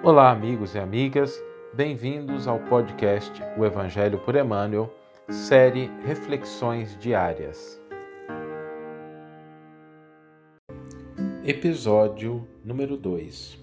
Olá, amigos e amigas, bem-vindos ao podcast O Evangelho por Emmanuel, série Reflexões Diárias. Episódio número 2.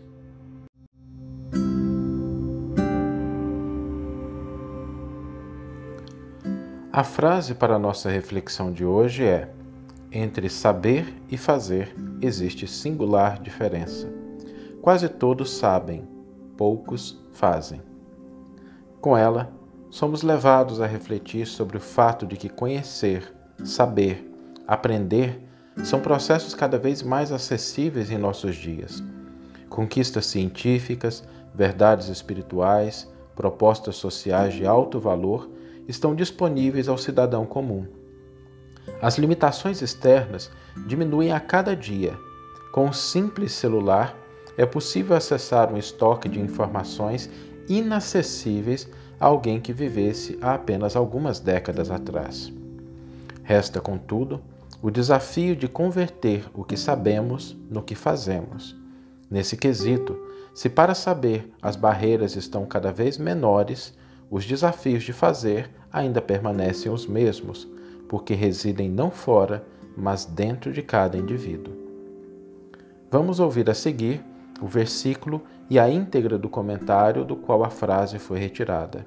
A frase para a nossa reflexão de hoje é: entre saber e fazer existe singular diferença. Quase todos sabem, poucos fazem. Com ela, somos levados a refletir sobre o fato de que conhecer, saber, aprender são processos cada vez mais acessíveis em nossos dias. Conquistas científicas, verdades espirituais, propostas sociais de alto valor estão disponíveis ao cidadão comum. As limitações externas diminuem a cada dia. Com um simples celular, é possível acessar um estoque de informações inacessíveis a alguém que vivesse há apenas algumas décadas atrás. Resta, contudo, o desafio de converter o que sabemos no que fazemos. Nesse quesito, se para saber as barreiras estão cada vez menores, os desafios de fazer ainda permanecem os mesmos, porque residem não fora, mas dentro de cada indivíduo. Vamos ouvir a seguir o versículo e a íntegra do comentário do qual a frase foi retirada.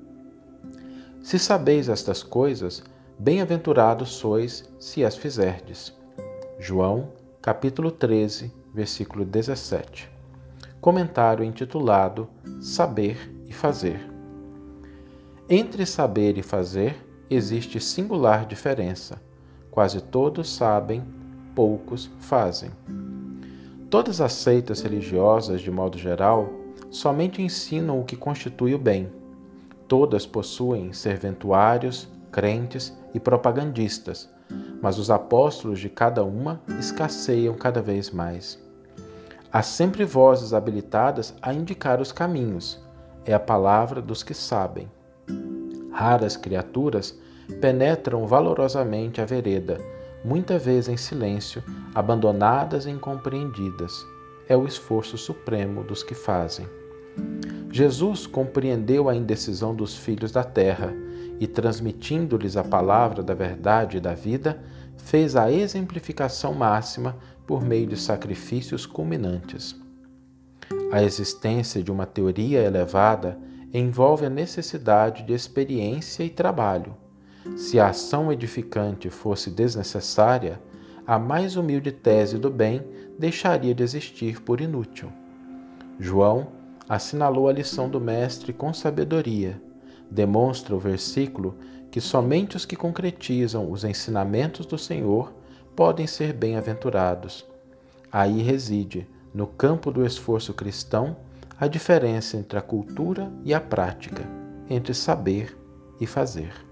Se sabeis estas coisas, bem-aventurados sois se as fizerdes. João, capítulo 13, versículo 17. Comentário intitulado Saber e Fazer. Entre saber e fazer existe singular diferença. Quase todos sabem, poucos fazem. Todas as seitas religiosas, de modo geral, somente ensinam o que constitui o bem. Todas possuem serventuários, crentes e propagandistas, mas os apóstolos de cada uma escasseiam cada vez mais. Há sempre vozes habilitadas a indicar os caminhos. É a palavra dos que sabem. Raras criaturas penetram valorosamente a vereda, muitas vezes em silêncio, abandonadas e incompreendidas. É o esforço supremo dos que fazem. Jesus compreendeu a indecisão dos filhos da terra e, transmitindo-lhes a palavra da verdade e da vida, fez a exemplificação máxima por meio de sacrifícios culminantes. A existência de uma teoria elevada envolve a necessidade de experiência e trabalho. Se a ação edificante fosse desnecessária, a mais humilde tese do bem deixaria de existir por inútil. João assinalou a lição do Mestre com sabedoria. Demonstra o versículo que somente os que concretizam os ensinamentos do Senhor podem ser bem-aventurados. Aí reside, no campo do esforço cristão, a diferença entre a cultura e a prática, entre saber e fazer.